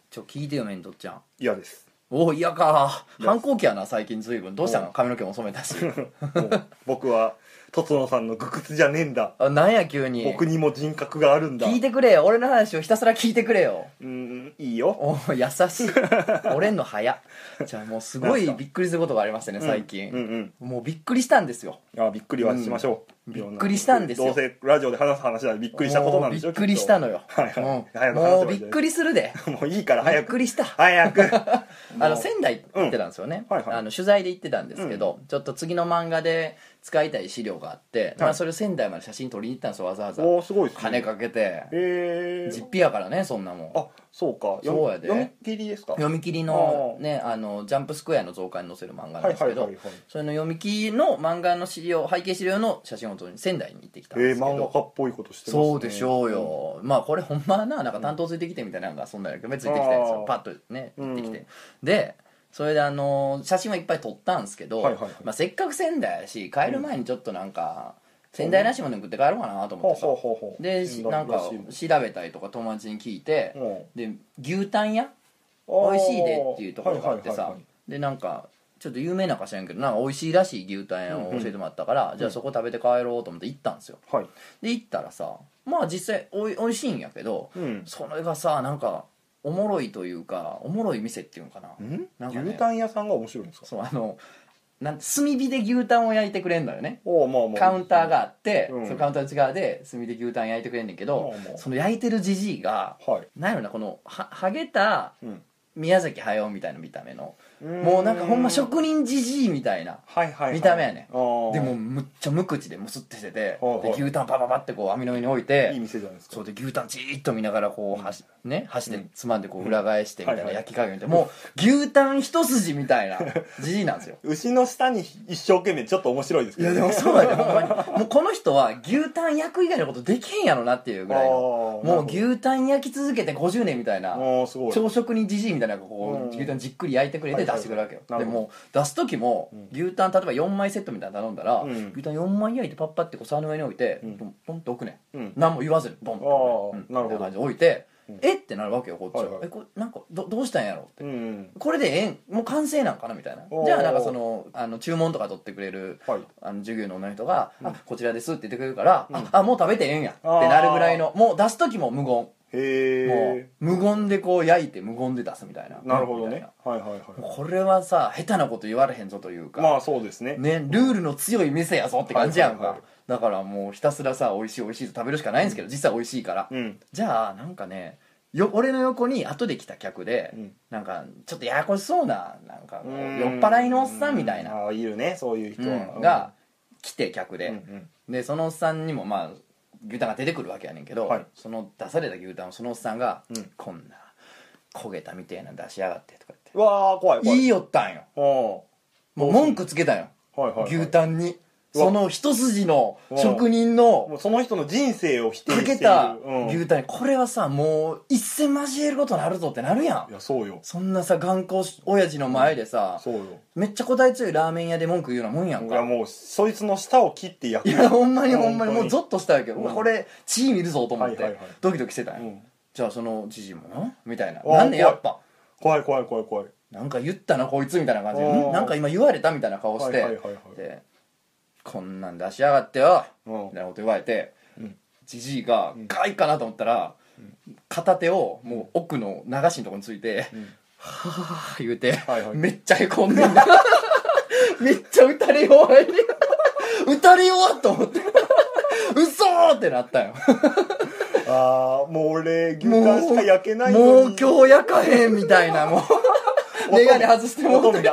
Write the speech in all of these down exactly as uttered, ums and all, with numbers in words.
ちょ聞いてよメントちゃん。 嫌です。 おお嫌か。反抗期やな最近随分。どうしたの？髪の毛も染めたし。 もう僕はとつのさんの愚屈じゃねえんだ。 あ、なんや急に。 僕にも人格があるんだ。 聞いてくれよ。俺の話をひたすら聞いてくれよ。 うーん、いいよ。 お優しい。俺んの早。じゃあもうすごいびっくりすることがありましてね最近、 うんうんうん、もうびっくりしたんですよ。 あ、びっくりはしましょう、 うん、びっくりしたんですよ。 どうせラジオで話す話はびっくりしたことなんでしょ。 びっくりしたのよ。 はいはい、 もう早くもうびっくりするで。 もういいから早く。 びっくりした。 早く。 あの仙台行ってたんですよね、 うんはいはい、 あの取材で行ってたんですけど、うん、ちょっと次の漫画で使いたい資料があって、はい、まあ、それを仙台まで写真撮りに行ったんですよわざわざ。 おすごいですね。 金かけて、 へー、 実費やからねそんなもん。 あ、そうか。 そうやで。 読み切りですか？ 読み切りのね、あのジャンプスクエアの増刊に載せる漫画なんですけど、それの読み切りの漫画の資料、背景資料の写真を撮りに仙台に行ってきたんですけど、 えー、漫画家っぽいことしてますね。 そうでしょうよ、うん、まあこれほんまはな、なんか担当ついてきてみたいなのがそんなんやけど別にできたんですよ。パッとね行ってきて、うん、でそれであの写真はいっぱい撮ったんですけど、はいはいはい、まあ、せっかく仙台やし帰る前にちょっとなんか、うん、仙台らしいもの食って帰ろうかなと思ってさ、うん、でなんか調べたりとか友達に聞いて、うん、で牛タン屋美味しいでっていうところがあってさ、でなんかちょっと有名なか知らんけどなんか美味しいらしい牛タン屋を教えてもらったから、うんうん、じゃあそこ食べて帰ろうと思って行ったんですよ、はい、で行ったらさ、まあ実際おい美味しいんやけど、うん、それがさなんかおもろいというかおもろい店っていうのかな、 んなんか、 ね、牛タン屋さんが面白いんですか？ そうあのなん炭火で牛タンを焼いてくれんのよね。 お、まあまあ、 カウンターがあって、うん、そのカウンターの側で炭火で牛タン焼いてくれんねんけど、まあまあ、その焼いてるじじいが、はい、なんやろなこのはハゲた宮崎駿みたいな見た目の、もうなんかほんま職人じじいみたいな見た目やねん。でもむっちゃ無口でムスってしてて、はいはい、で牛タンパパパってこう網の上に置いて、 いい店じゃないですか。 そうで牛タンじーっと見ながらこう箸、うん、ね箸でつまんでこう裏返してみたいな焼き加減で、もう牛タン一筋みたいなじじいなんですよ。 牛の下に一生懸命ちょっと面白いですけど、ね、 いやでもそうやでほんまにもうこの人は牛タン焼く以外のことできへんやろなっていうぐらいの、もう牛タン焼き続けてごじゅうねんみたいな朝食にじじいみたいなこう牛タンじっくり焼いてくれて出してくるわけよ、はいはいはい、でも出す時も牛タン例えばよんまいセットみたいなの頼んだら、うん、牛タンよんまい焼いてパッパってこう皿の上に置いて、うん、ポンって置くね、うん、何も言わずにボンって置くね、うん、なるほど感じで置いて、うん、えってなるわけよこっちは、はいはい、えこれなんか ど, どうしたんやろって、うんうん、これでええんもう完成なんかなみたいな、じゃあなんかそのあの注文とか取ってくれる、はい、あの授業の女の人が、うん、あこちらですって言ってくれるから、うん、あ, あもう食べてええんやってなるぐらいの、もう出す時も無言、へもう無言でこう焼いて無言で出すみたいな。 なるほどね、はいはいはい、 これはさ下手なこと言われへんぞというか、 まあそうですねねルールの強い店やぞって感じやんか、はいはいはい、だからもうひたすらさ美味しい美味しいと食べるしかないんですけど、うん、実際美味しいから、うん、じゃあなんかねよ俺の横に後で来た客で、うん、なんかちょっとややこしそうななんか酔っ払いのおっさんみたいな、 あいるねそういう人は、 うん、が来て客で、うんうん、でそのおっさんにもまあ牛タンが出てくるわけやねんけど、はい、その出された牛タンをそのおっさんが、うん、こんな焦げたみたいなの出しやがってとか言って、 うわー怖い怖い言いよったんよ、もう文句つけたんよ、はいはいはい、牛タンにその一筋の職人のもうその人の人生を否定しているかけた牛タンに、これはさもう一戦交えることになるぞってなるやん。 いやそうよ、 そんなさ頑固親父の前でさ、 そうよめっちゃ答え強いラーメン屋で文句言うようなもんやんか。 いやもうそいつの舌を切って焼く。 いやほんまにほんまにもうゾッとしたわけど、うん、これ血見るぞと思って、はいはいはい、ドキドキしてたんや、うん、じゃあそのじじもなみたいな、なんでやっぱ怖い怖い怖い怖いなんか言ったなこいつみたいな感じで、なんか今言われたみたいな顔して、はいはいはいはい、でこんなん出しやがってよみたいなこと言われて、じじいがかいかなと思ったら、うん、片手をもう奥の流しのとこについて、うん、はぁ言うて、はいはい、めっちゃへこんでんだめっちゃ打たれ弱い打たれ弱っと思って嘘ーってなったよあーもう俺牛タンしか焼けないのにもう今日焼かへんみたいなもうメガネ外してもうて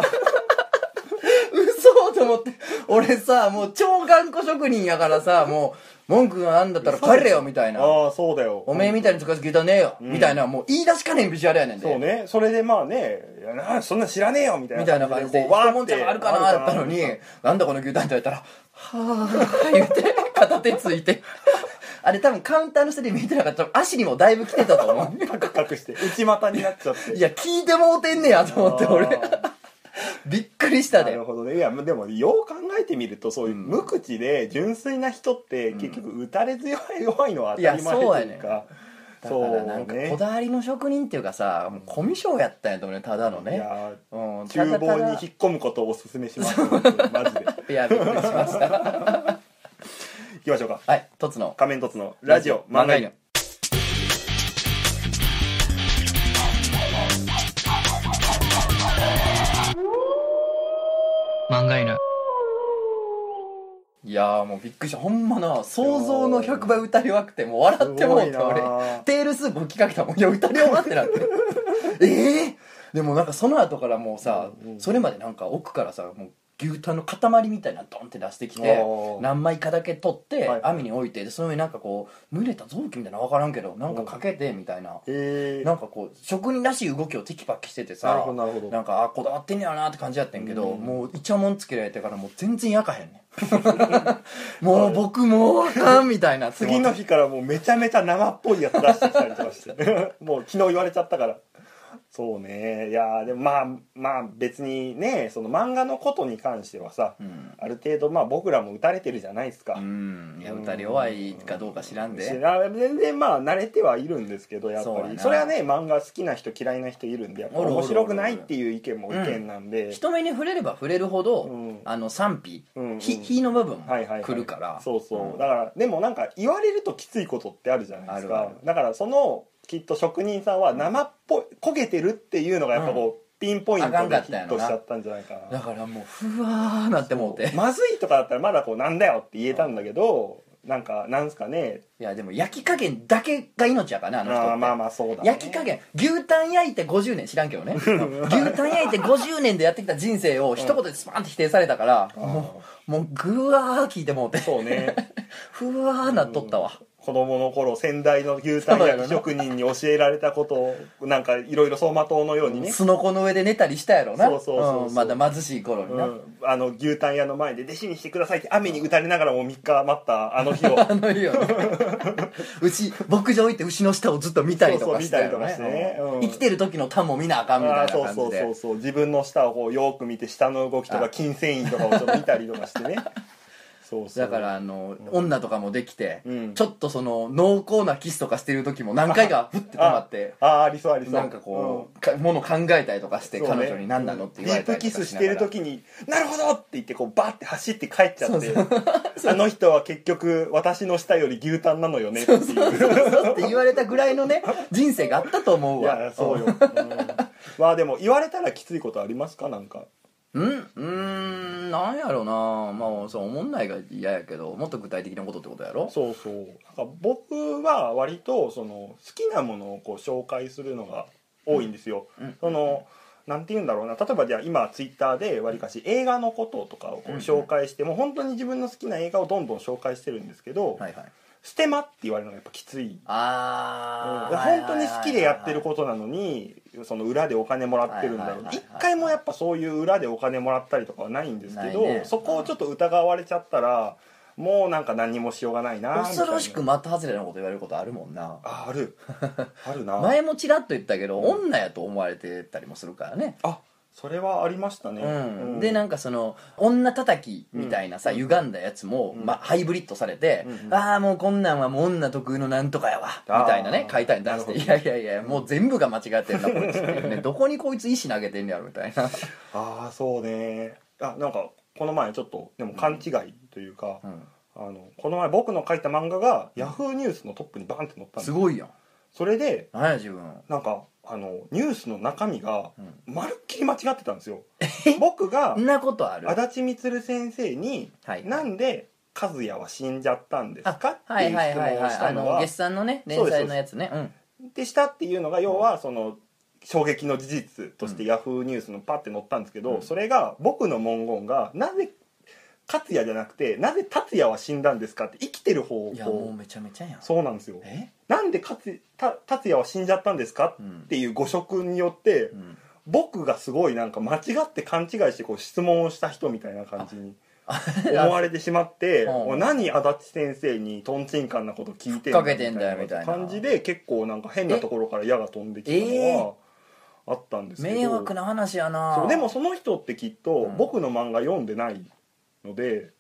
嘘と思って、俺さもう超頑固職人やからさもう文句がなんだったら帰れよみたいな、 ああそうだよおめえみたいに使わせ牛タンねえよ、うん、みたいなもう言い出しかねんビジュアルやねんで、 そうねそれでまあねいやなそんな知らねえよみたいなみたいな感じで一文字があるかなだったのに、なんだこの牛タンって言われたらはぁ言って片手ついてあれ多分カウンターの人で見えてなかったら足にもだいぶ来てたと思うカクカクして内股になっちゃっていや聞いてもうてんねやと思って俺びっくりしたで。 なるほどね。いやでもよう考えてみるとそういう無口で純粋な人って結局打たれ強い弱いのは当たり前というか、 だからなんかこだわりの職人っていうかさ、もうコミュ障やったんやと思うね、ただのね。いや、 うん、厨房に引っ込むことをおすすめしますマジで。いや、びっくりしました。行きましょうか。 はい、とつの仮面とつのラジオ漫画犬。 漫画犬。いやーもうびっくりした、ほんまな、想像のひゃくばい歌り終わってもう笑ってもうて、俺テールスープ吹きかけたもん。いや歌り終わってなってええー、でもなんかその後からもうさ、うんうん、それまでなんか奥からさ、もう牛タンの塊みたいなドンって出してきて、何枚かだけ取って網に置いて、でその上になんかこう蒸れた臓器みたいなの分からんけどなんかかけてみたいな、なんかこう職人らしい動きをテキパキしててさ、なんかあこだわってんねやなって感じやってんけど、もうイチャモンつけられてからもう全然焼かへんねんもう僕もうあかんみたいな。 次の日からもうめちゃめちゃ生っぽいやつ出してきたりとかしてもう昨日言われちゃったから。そうね。いやでもまあまあ別にね、その漫画のことに関してはさ、うん、ある程度まあ僕らも打たれてるじゃないですか。 うん、いや打たれ弱いかどうか知らんで、 うん、全然まあ慣れてはいるんですけど、やっぱり そ, それはね、漫画好きな人嫌いな人いるんで、やっぱ面白くないっていう意見も意見なんで、うん、 人目に触れれば触れるほど、うん、あの賛否、うんうん、火の部分来るから、はいはいはい、 そうそう、うん、だからでもなんか言われるときついことってあるじゃないですか。あるある。だからそのきっと職人さんは生っぽい焦げてるっていうのがやっぱこう、うん、ピンポイントでヒットしちゃったんじゃないかな。 だからもうふわーなって思って、 まずいとかだったらまだこうなんだよって言えたんだけど、うん、なんかなんすかね。 いやでも焼き加減だけが命やからね、あの人って。 あまあまあそうだね。 焼き加減、牛タン焼いてごじゅうねん知らんけどね牛タン焼いてごじゅうねんでやってきた人生を一言でスパンって否定されたから、うん、もうもうぐわー聞いてもうて、 そうねふわーなっとったわ、うん。 子供の頃先代の牛タン焼き職人に教えられたことをなんかいろいろ走馬灯のようにね、 すのこの上で寝たりしたやろな。 そうそうそうそう、 うん、まだ貧しい頃にな、うん、 あの牛タン屋の前で弟子にしてくださいって雨に打たれながらもみっか待ったあの日をあの日を、ね、牛牧場行って牛の下をずっと見たりとかしたよね。そうそう見たりとかしてね、うん、生きてる時のタンも見なあかんみたいな感じで、 そうそうそうそう、自分の下をこうよく見て下の動きとか筋繊維とかをちょっと見たりとかしてねそうそう、 だからあの、うん、女とかもできて、うん、ちょっとその濃厚なキスとかしてる時も何回かフッて止まってああ、ありそうありそう、 なんかこう、うん、もの考えたりとかして、彼女に何なのって言われたりとかしながら、 ディープキスしてる時になるほどって言ってこうバッて走って帰っちゃって、そうそうあの人は結局私の舌より牛タンなのよねっていう、そうそうそうって言われたぐらいのね人生があったと思うわ。 いやそうよ、うん、まあでも言われたらきついことありますか？なんかうんうーんなんやろな、まあそう思んないが嫌やけど、もっと具体的なことってことやろ。 そうそう、なんか僕は割とその好きなものをこう紹介するのが多いんですよ、うん、そのなんて言うんだろうな、例えばじゃあ今ツイッターでわりかし映画のこととかをこう紹介して、うん、もう本当に自分の好きな映画をどんどん紹介してるんですけど、はいはい、ステマって言われるのがやっぱきつい。あ、うん、本当に好きでやってることなのにその裏でお金もらってるんだろう、一回もやっぱそういう裏でお金もらったりとかはないんですけど、ね、そこをちょっと疑われちゃったらもうなんか何もしようがないな。 恐ろしく的外れなこと言われることあるもんな。 あ、あるあるな前もちらっと言ったけど、うん、女やと思われてたりもするからね。 あ、それはありましたね、うんうん、でなんかその女叩きみたいなさ、うん、歪んだやつも、うん、まあ、ハイブリッドされて、うん、ああもうこんなんはもう女特有のなんとかやわみたいなね書いたり出して、いやいやいやもう全部が間違ってるなこいつっていうねどこにこいつ石投げてんねやろみたいなああそうね。あ、なんかこの前ちょっとでも勘違いというか、うん、あのこの前僕の書いた漫画がヤフーニュースのトップにバンって載ったんです。 すごいやん。 それで何や自分なんかあのニュースの中身がまるっきり間違ってたんですよ、うん、僕がそんなことある？ 足立満先生に、はい、なんで和也は死んじゃったんですかっていう質問をしたのは月産のね連載のやつね、 うん、でしたっていうのが要はその衝撃の事実としてヤフーニュースのパッて載ったんですけど、うん、それが僕の文言がなぜ勝也じゃなくてなぜ達也は死んだんですかって生きてる方を。 いやもうめちゃめちゃやん。 そうなんですよ。えなんで達也は死んじゃったんですか、うん、っていう誤植によって、うん、僕がすごいなんか間違って勘違いしてこう質問をした人みたいな感じに思われてしまって何足立先生にトンチンカンなこと聞いてんだみたいな感じで結構なんか変なところから矢が飛んできたのはあったんですけど、 迷惑な話やな。 そうでもその人ってきっと僕の漫画読んでないので、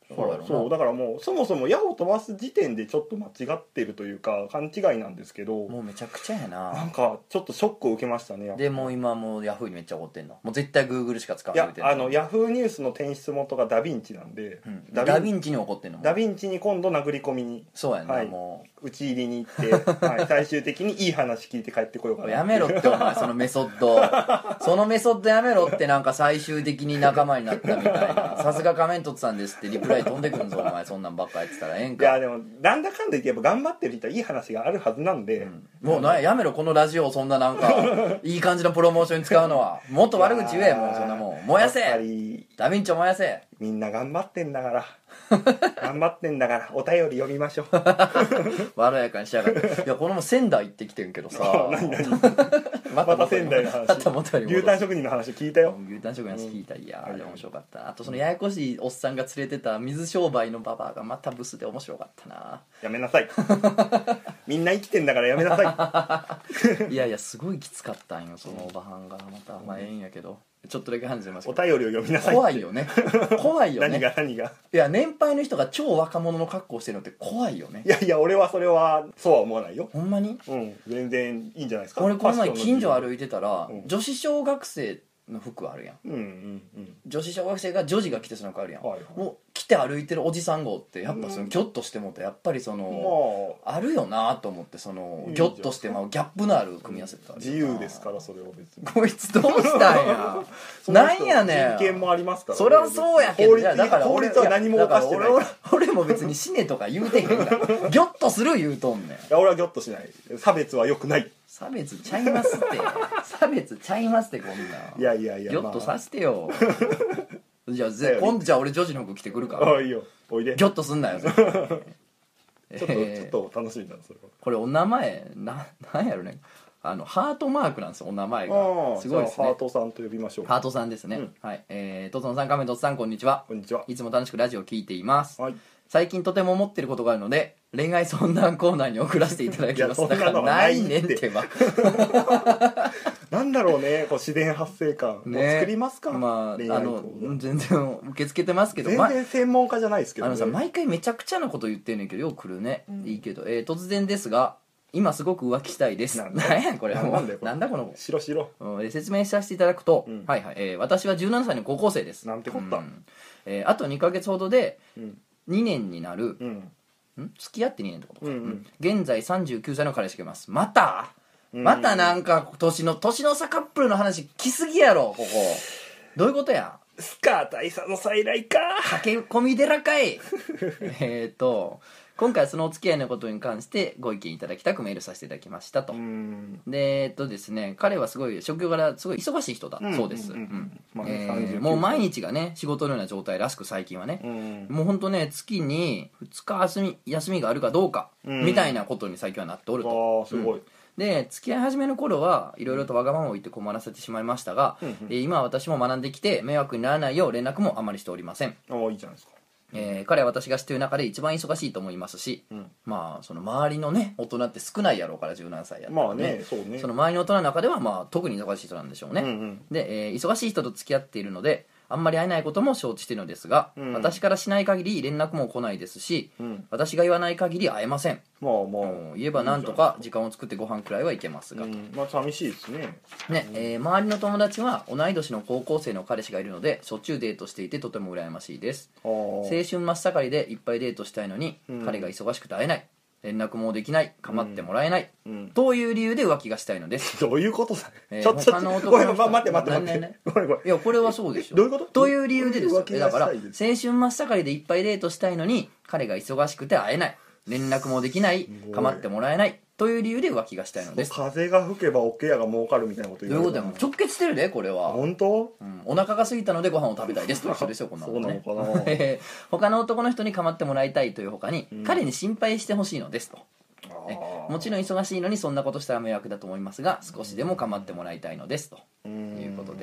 そうやろな。 そうだからもうそもそも矢を飛ばす時点でちょっと間違ってるというか勘違いなんですけど、 もうめちゃくちゃやな。 なんかちょっとショックを受けましたね。 でもう今もうヤフーにめっちゃ怒ってんの。もう絶対グーグルしか使わいないやあのヤフーニュースの転出元がダヴィンチなんで、 うん、ダヴィンチに怒ってんの。 ダヴィンチに今度殴り込みに、 そうやな、 はい、 もう打ち入りに行って、はい、最終的にいい話聞いて帰ってこようかな。 やめろってお前そのメソッドそのメソッドやめろって。なんか最終的に仲間になったみたいな、さすが仮面凸さんですってリプライ飛んでくるんぞお前、そんなんばっかやってたらええんか。 いやでもなんだかんだ言ってやっぱ頑張ってる人はいい話があるはずなんで、うん、 もうなやめろこのラジオをそんななんかいい感じのプロモーションに使うのは。もっと悪口言え。もうそんなもん燃やせ、ダヴィンチを燃やせ。 みんな頑張ってんだから頑張ってんだからお便り読みましょうまろやかにしやがっていやこのも仙台行ってきてんけどさ何何また仙台の話、牛タン職人の話聞いたよ。 牛タン職人の話聞いた。いやあれ面白かった。あとそのややこしいおっさんが連れてた水商売のババアがまたブスで面白かったな。 やめなさいみんな生きてんだからやめなさいいやいやすごいきつかったんよそのおばはんが。またまあええんやけどちょっとだけ話しますけどお便りを読みなさい。 怖いよね怖いよね何が何が。 いや年配の人が超若者の格好してるのって怖いよね。 いやいや俺はそれはそうは思わないよ。 ほんまに。 うん全然いいんじゃないですか。 俺この前近所歩いてたら、 うん、 女子小学生の服あるやん、 うんうんうん、 女子小学生が女児が着てそうな服あるやん、 はいはい、 もう着て歩いてるおじさん号ってやっぱそのギョッとしてもってやっぱりその、うん、あるよなと思って、そのギョッとしてまうギャップのある組み合わせって自由ですからそれは別に。 こいつどうしたんやなんやねん。 人権もありますから、ね、 それはそうやけど、じゃあだから法律は何も犯してない。 俺, 俺, 俺も別に死ねとか言うてへんからギョッとする言うとんねん。いや俺はギョッとしない。差別は良くない。 差別ちゃいますって差別ちゃいますって。こんないやいやいやギョッとさせてよ、まあ、じゃあぜ今度じゃあ俺女子の服着てくるから。あいいよおいで。 ギョッとすんなよちょっと、えー、ちょっと楽しみだそれは。 これお名前ななんやろね、あのハートマークなんですよお名前が。すごいですね。 ハートさんと呼びましょう。 ハートさんですね、うん、はいえー、とつのさん仮面とつさんこんにちは。 こんにちは。 いつも楽しくラジオを聞いています、 はい、 最近とても思ってることがあるので恋愛相談コーナーに送らせていただきます。だからないねんってばなんだろうねこう自然発生感、ね、作りますか。 まああの全然受け付けてますけど全然専門家じゃないですけど、ね、 あのさ毎回めちゃくちゃなこと言ってんねんけどよく来るね、うん、いいけど、えー、突然ですが今すごく浮気したいです。なんやこれもうなんだこの白白、 うん、説明させていただくと、うん、はいはい、えー、私はじゅうななさいの高校生です。 なんてこった、 うんえー、あとにかげつほどでにねんになる、うんん付き合ってにねんってことか、うんうん、現在さんじゅうきゅうさいの彼氏がいます。またまたなんか年の年の差カップルの話来すぎやろここ。どういうことや。 スカー大佐の再来か駆け込み寺かいえっと今回はそのお付き合いのことに関してご意見いただきたくメールさせていただきましたと。でえっとですね彼はすごい職業柄すごい忙しい人だそうです。もう毎日がね仕事のような状態らしく最近はね、うん、もうほんとね月にふつか休み休みがあるかどうかみたいなことに最近はなっておると。 あすごい、うんで付き合い始めの頃はいろいろとわがままを言って困らせてしまいましたが、うんうん、えー、今は私も学んできて迷惑にならないよう連絡もあまりしておりません。 ああいいじゃないですか。 えー、彼は私が知っている中で一番忙しいと思いますし、うん、まあその周りのね大人って少ないやろうからじゅうななさいやったら、ね、 まあねそうねその周りの大人の中ではまあ特に忙しい人なんでしょうね、うんうん、で、えー、忙しい人と付き合っているのであんまり会えないことも承知しているのですが、うん、私からしない限り連絡も来ないですし、うん、私が言わない限り会えません。まあまあ言えばなんとか時間を作ってご飯くらいはいけますが、うん、 まあ寂しいですね。 ね、えー、周りの友達は同い年の高校生の彼氏がいるのでしょっちゅうデートしていてとても羨ましいです。青春真っ盛りでいっぱいデートしたいのに、うん、彼が忙しくて会えない、連絡もできない、構ってもらえない、うん、という理由で浮気がしたいのです。 どういうことだ、 えー、ちょっとごめん待って待って待って、ね、ごめんごめん。 いやこれはそうでしょ。 どういうことという理由でですよ。だから青春真っ盛りでいっぱいデートしたいのに彼が忙しくて会えない、連絡もできない、構ってもらえないという理由で浮気がしたいのです。 風が吹けば桶屋が儲かるみたいなこと言う。 どういうことやも直結してるでこれは。 本当、 うん、お腹が空いたのでご飯を食べたいですと一緒ですよこんなのね。そうなのかな他の男の人に構ってもらいたいという他に、うん、彼に心配してほしいのですと。えもちろん忙しいのにそんなことしたら迷惑だと思いますが少しでも構ってもらいたいのですということで、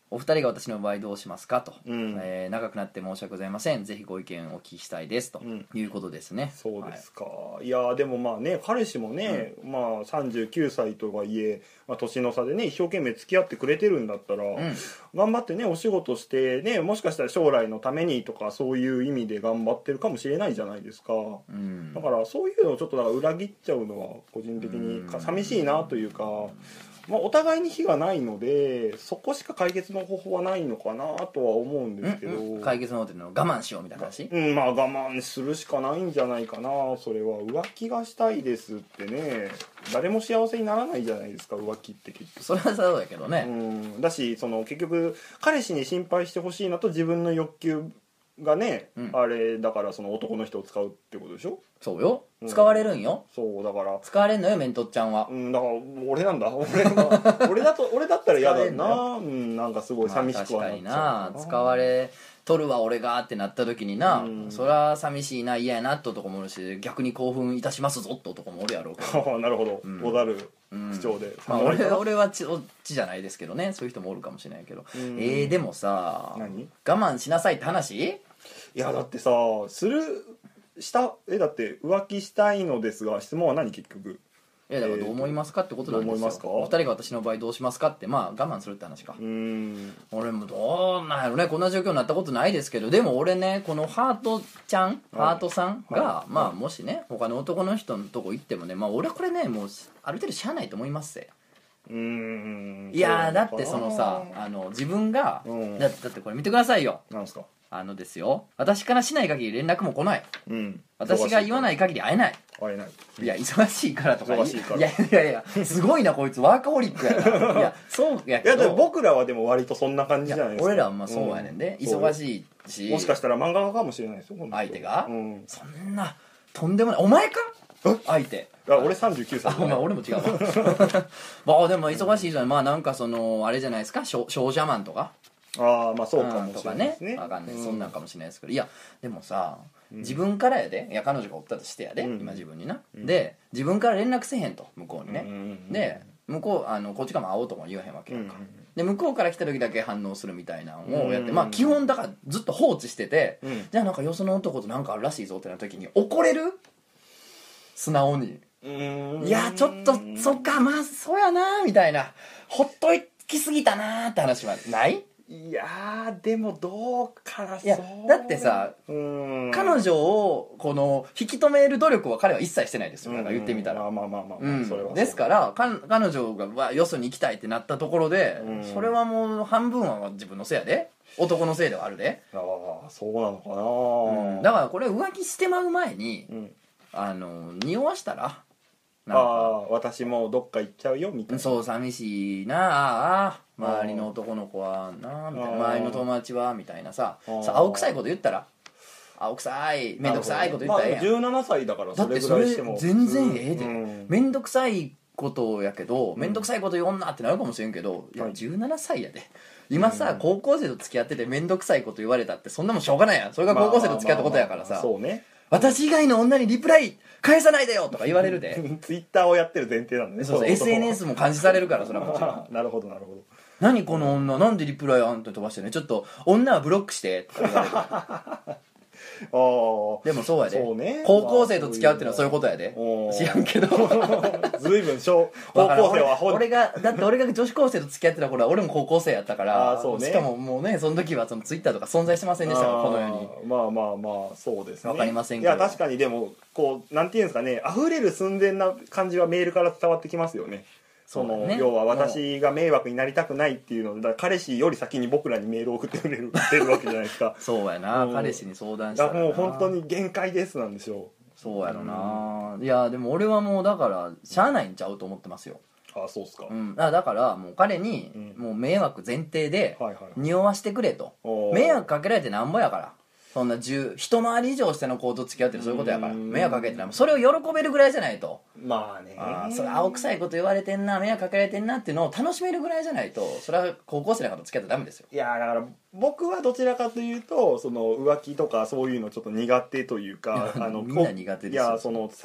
お二人が私の場合どうしますかと、 うんえー長くなって申し訳ございません、ぜひご意見をお聞きしたいですと、 うんいうことですね。 そうですか、はい、いやでもまあね彼氏もね、うん、まあさんじゅうきゅうさいとはいえ、まあ、年の差でね一生懸命付き合ってくれてるんだったら、うん、頑張ってねお仕事してね、もしかしたら将来のためにとかそういう意味で頑張ってるかもしれないじゃないですか、うん、だからそういうのをちょっとだから裏切っちゃうのは個人的に寂しいなというか、まあ、お互いに非がないのでそこしか解決の方法はないのかなとは思うんですけど、 うんうん、解決の方っていうのは我慢しようみたいな話、 うん、まあ我慢するしかないんじゃないかな。それは浮気がしたいですってね誰も幸せにならないじゃないですか浮気って結局。 それはそうだけどね、 うん、だしその結局彼氏に心配してほしいのと自分の欲求がね、うん、あれだからその男の人を使うってことでしょ。 そうよ、使われるんよ、 うん、そうだから使われんのよメントっちゃんは、 うん、だから俺なんだ俺が俺だと俺だったら嫌だな、うん、なんかすごい寂しくはなっちゃう、まあ、 確かにな使われとるわ俺がってなった時にな、うん、そりゃ寂しいな嫌やなって男もおるし逆に興奮いたしますぞって男もおるやろうけどなるほど、うん、ござる主張で、 うんまあ、俺, 俺はちっちじゃないですけどね、そういう人もおるかもしれないけど、うん、えー、でもさ何我慢しなさいって話。いやだってさするしたえだって浮気したいのですが質問は何結局。 いやだからどう思いますかってことなんですよ、 どう思いますか。 お二人が私の場合どうしますかって、まあ我慢するって話か。うーん俺もどうなんやろね、こんな状況になったことないですけど、でも俺ねこのハートちゃん、はい、ハートさんが、はい、まあもしね他の男の人のとこ行ってもね、まあ俺はこれねもうある程度しゃあないと思いますぜ。うーんいやだってそのさあの自分が、うん、だ, だってこれ見てくださいよ。 なんすか。 あのですよ、私からしない限り連絡も来ない、うん、私が言わない限り会えない会えない。 いや忙しいからとか忙しいから。 いやいやいやすごいなこいつワーカホリックやな。いやそうやけど、 いやでも僕らはでも割とそんな感じじゃないですか。 俺らはまあそうやねんで、うん、忙しいしもしかしたら漫画家かもしれないですよ相手が、 うん、 そんなとんでもない。お前か相手。 あ俺さんじゅうきゅうさい。 あ、まあ、俺も違うわまあでも忙しいじゃん。まあなんかそのあれじゃないですか、商社マンとか。 ああまあそうかもしれないですね。 とかね、分かんない、うん、そんなんかもしれないですけど、いやでもさ、うん、自分からやで、いや彼女がおったとしてやで、うん、今自分にな、うん、で自分から連絡せへんと向こうにね、うん、で向こうあのこっちからも会おうとも言わへんわけやんか、うん、で向こうから来た時だけ反応するみたいなのをやって、うん、まあ基本だからずっと放置してて、うん、じゃあなんかよその男となんかあるらしいぞってなった時に怒れる？素直に、うーんいやちょっとそっかまあそうやなみたいな、ほっときすぎたなって話はない？ いやでもどうかな。 いやだってさ、うん彼女をこの引き止める努力は彼は一切してないですよ。だから言ってみたら、 まあまあまあまあ、 うん、 それはですからか彼女がわよそに行きたいってなったところで、それはもう半分は自分のせいやで、男のせいではあるで。 ああそうなのかな、 うん、だからこれ浮気してまう前に、うん、あの匂わしたらああ私もうどっか行っちゃうよみたいな。 そう寂しいなああ周りの男の子はなみたいな、周りの友達はみたいなさ、さ青臭いこと言ったら青臭い面倒くさいこと言ったらええやん、 まあ、じゅうななさいだからそれぐらいしてもだってそれ全然ええで、うん、面倒くさいことやけど面倒くさいこと言おんなってなるかもしれんけど、いやじゅうななさいやで今さ、うん、高校生と付き合ってて面倒くさいこと言われたってそんなもんしょうがないやん。それが高校生と付き合ったことやからさ、まあまあまあまあ、そうね、私以外の女にリプライ返さないでよとか言われるでツイッターをやってる前提なんでね。 そうそう エスエヌエス も監視されるからそれはもちろんなるほどなるほど。 何この女なんでリプライあんたに飛ばしてね、ちょっと女はブロックしてとか言われるあでもそうやで、そうね、高校生と付き合うっていうのはそういうことやで、知らんけどずいぶん小高校生は俺, 俺がだって俺が女子高生と付き合ってた頃は俺も高校生やったから、あそう、ね、しかももうねその時はそのツイッターとか存在してませんでしたからこの世に。 まあまあまあそうですね、 わかりませんけど、 いや確かにでもこうなんていうんですかね、溢れる寸前な感じはメールから伝わってきますよね。その、ね、要は私が迷惑になりたくないっていうので、だから彼氏より先に僕らにメールを送ってくれるってるわけじゃないですかそうやな、彼氏に相談したらな、 もう本当に限界ですなんでしょう。 そうやろな、うん、いやでも俺はもうだからしゃあないんちゃうと思ってますよ。 ああそうっすか、 うん、だからもう彼にもう迷惑前提で匂わしてくれと、迷惑かけられてなんぼやから、そんなじゅう一回り以上しての子と付き合ってるそういうことやから、迷惑かけてない、それを喜べるぐらいじゃないと、 まあねあそれ青臭いこと言われてんな迷惑かけられてんなっていうのを楽しめるぐらいじゃないと、それは高校生なんかと付き合ったらダメですよ。 いやだから僕はどちらかというとその浮気とかそういうのちょっと苦手というかあのみんな苦手ですよ。 いやそのされた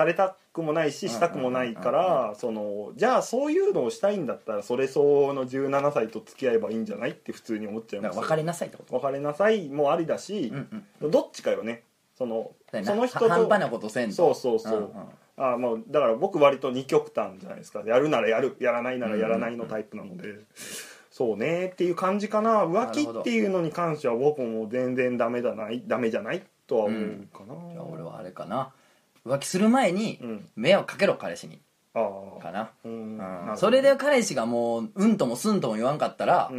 くもないししたくもないから、そのじゃあそういうのをしたいんだったらそれ相応のじゅうななさいと付き合えばいいんじゃないって普通に思っちゃいます。 別れなさいってこと。 別れなさいもありだし、うんうん、どっちかよね。そのその人と半端なことせんと。 そうそうそう、うんうん、あもうだから僕割と二極端じゃないですか。やるならやる、やらないならやらないのタイプなので、うんうんうん、そうねっていう感じかな。浮気っていうのに関しては僕も全然ダメだないダメじゃないとは思うかな、うん、 いや俺はあれかな、浮気する前に迷惑かけろ彼氏に、うん、かな、うん、うん、それで彼氏がもううんともすんとも言わんかったら、うん、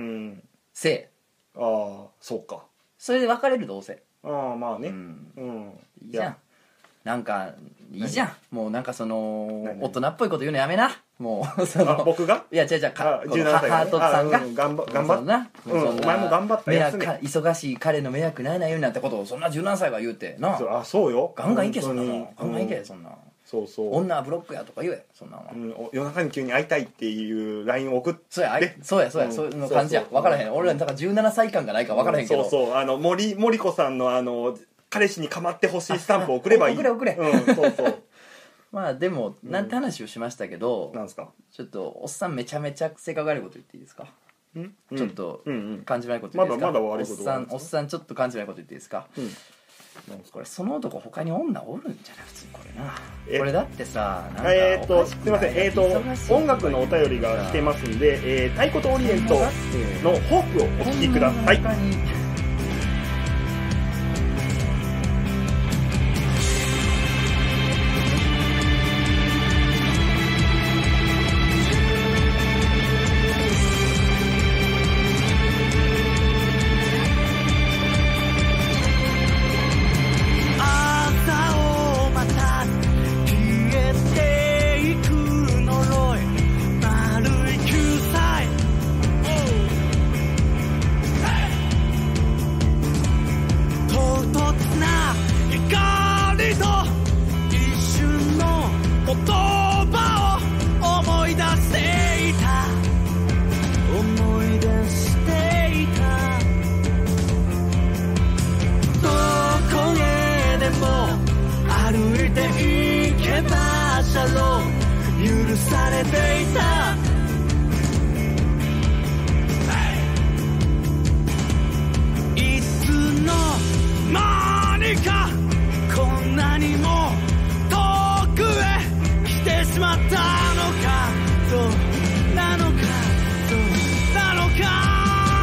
せえ、 ああそうか、 それで別れるどうせ、 ああまあね、うん、うん、 いいじゃん、なんかいいじゃん、もうなんかその大人っぽいこと言うのやめな、もうその僕がいや違う違うかじゅうななさいが、ね、 ハートさんが、 うん、頑張頑張っな、うん、お前も頑張ったやつね、 忙しい彼の迷惑ないないようになったことをそんなじゅうななさいが言うてな、 あそうよ、 ガンガンいけそんなの、ガンガンいけそんな、 そうそう、 女はブロックやとか言えそんなの、 うん、夜中に急に会いたいっていう ライン を送って、 そうやそうやそうや、うん、そういう感じや、分からへん、俺らだからじゅうななさいかんがないか分からへんけど、 うん、そうそう、あの森森子さんのあの彼氏に構ってほしいスタンプを送ればいい、 送れ送れ、 うん、そうそうまあでもなんて話をしましたけど、 なんすか、 ちょっとおっさんめちゃめちゃ性格悪いこと言っていいですか、んちょっと感じないこと言っていいですか、 まだまだ悪いことおっさんおっさんちょっと感じないこと言っていいですか、うん、これその男他に女おるんじゃない普通にこれな、これだってさなんかえーっとすいません、えーっと音楽のお便りが来てますんで、えー、太鼓とオリエントのホープをお聴きください。許されていた、いつの間にかこんなにも遠くへ来てしまったのか、そうなのか、そうなのか、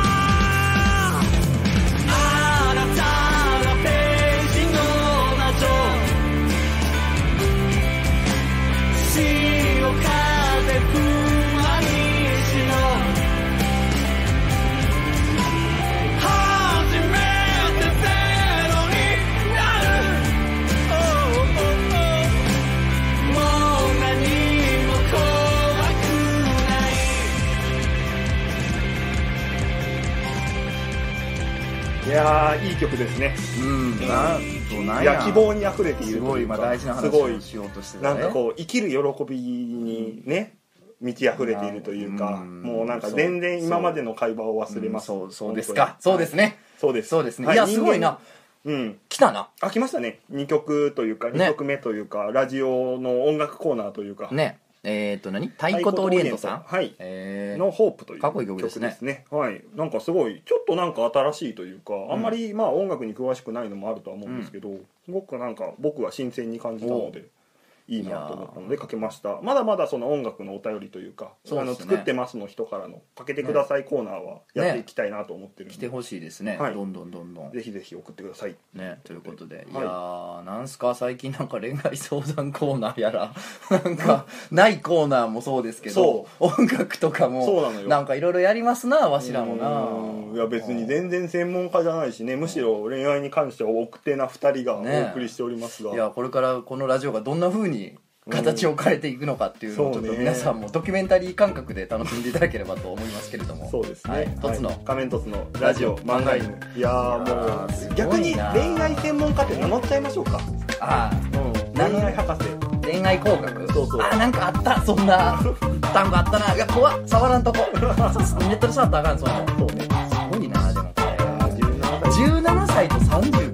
いやーいい曲ですね。 うん、なんとなんや、希望にあふれているというか、 すごい今大事な話をしようとしてたね。 なんかこう生きる喜びにね満ち溢れているというか、うん、もうなんか全然今までの会話を忘れます。 そう、うん、そう、そうですか。そうですね。 そうです。 そうですね。はい、いやすごいな。 うん、 来たな。 あ、来ましたね。にきょくというか、にきょくめというか、ね、ラジオの音楽コーナーというか。 ね。えーと何太鼓とオリエントさん、 はい、えー、のホープというかっこいい曲ですね。 ですね、はい、なんかすごいちょっとなんか新しいというか、うん、あんまりまあ音楽に詳しくないのもあるとは思うんですけど、うん、すごくなんか僕は新鮮に感じたのでいいなと思ったのでかけました。まだまだその音楽のお便りというか、う、ね、あの作ってますの人からのかけてくださいコーナーはやっていきたいなと思ってるので、ね、 来てほしいですね、はい、どんどんどんどんぜひぜひ送ってくださいね。ということで、いやーなんすか最近なんか恋愛相談コーナーやらなんかないコーナーもそうですけど、音楽とかもそうなのよ、なんかいろいろやりますなわしらもな。 いや別に全然専門家じゃないしね、むしろ恋愛に関しては奥手なふたりがお送りしておりますが、 ね、いやこれからこのラジオがどんな風に形を変えていくのかっていうのをちょっと皆さんもドキュメンタリー感覚で楽しんでいただければと思いますけれども、 そうですね、 はい、トツの、はい、 仮面凸のラジオ漫画犬、いやーもう逆に恋愛専門家って名乗っちゃいましょうか。ああ、うん、恋愛博士、 恋愛工学、 そうそう、 あ、なんかあった、そんな単語あったな。いや怖っ、触らんとこネットで触ったらあかん、そんな。そうね、すごいな。でもこれじゅうななさいとさんじゅう